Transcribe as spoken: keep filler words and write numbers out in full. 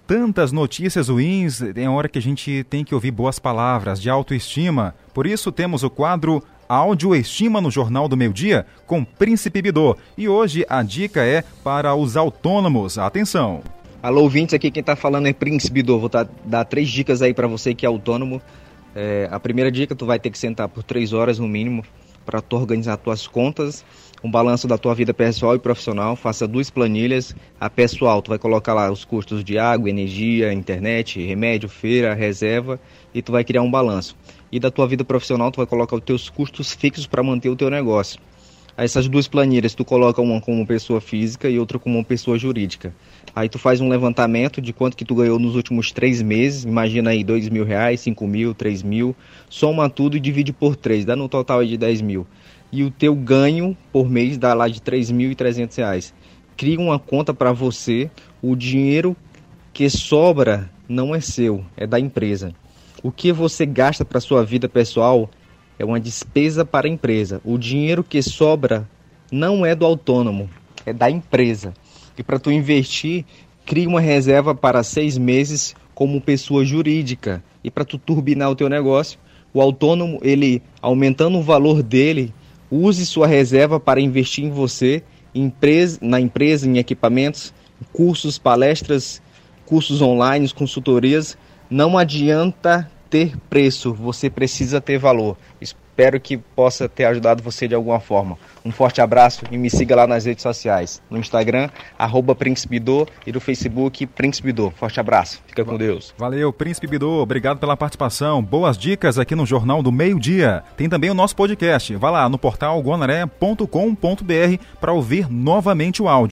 tantas notícias ruins, tem hora que a gente tem que ouvir boas palavras de autoestima. Por isso temos o quadro Audioestima no Jornal do Meio Dia com Príncipe Bidô. E hoje a dica é para os autônomos. Atenção! Alô, ouvintes, aqui quem está falando é Príncipe Bidô. Vou tá, dar três dicas aí para você que é autônomo. É, a primeira dica, tu vai ter que sentar por três horas no mínimo para tu organizar tuas contas, um balanço da tua vida pessoal e profissional. Faça duas planilhas. A pessoal, tu vai colocar lá os custos de água, energia, internet, remédio, feira, reserva, e tu vai criar um balanço. E da tua vida profissional, tu vai colocar os teus custos fixos para manter o teu negócio. Aí essas duas planilhas, tu coloca uma como pessoa física e outra como uma pessoa jurídica. Aí tu faz um levantamento de quanto que tu ganhou nos últimos três meses. Imagina aí dois mil reais, cinco mil, três mil. Soma tudo e divide por três, dá no total aí de dez mil. E o teu ganho por mês dá lá de três mil e trezentos reais. Cria uma conta para você. O dinheiro que sobra não é seu, é da empresa. O que você gasta para sua vida pessoal é uma despesa para a empresa. O dinheiro que sobra não é do autônomo, é da empresa. E para tu investir, cria uma reserva para seis meses como pessoa jurídica. E para tu turbinar o teu negócio, o autônomo, ele aumentando o valor dele, use sua reserva para investir em você, empresa, na empresa, em equipamentos, cursos, palestras, cursos online, consultorias. Não adianta ter preço, você precisa ter valor. Espero que possa ter ajudado você de alguma forma. Um forte abraço e me siga lá nas redes sociais. No Instagram, arroba Príncipe Bidô, e no Facebook, Príncipe Bidô. Forte abraço. Fica com Deus. Valeu, Príncipe Bidô. Obrigado pela participação. Boas dicas aqui no Jornal do Meio Dia. Tem também o nosso podcast. Vá lá no portal guanaré ponto com ponto br para ouvir novamente o áudio.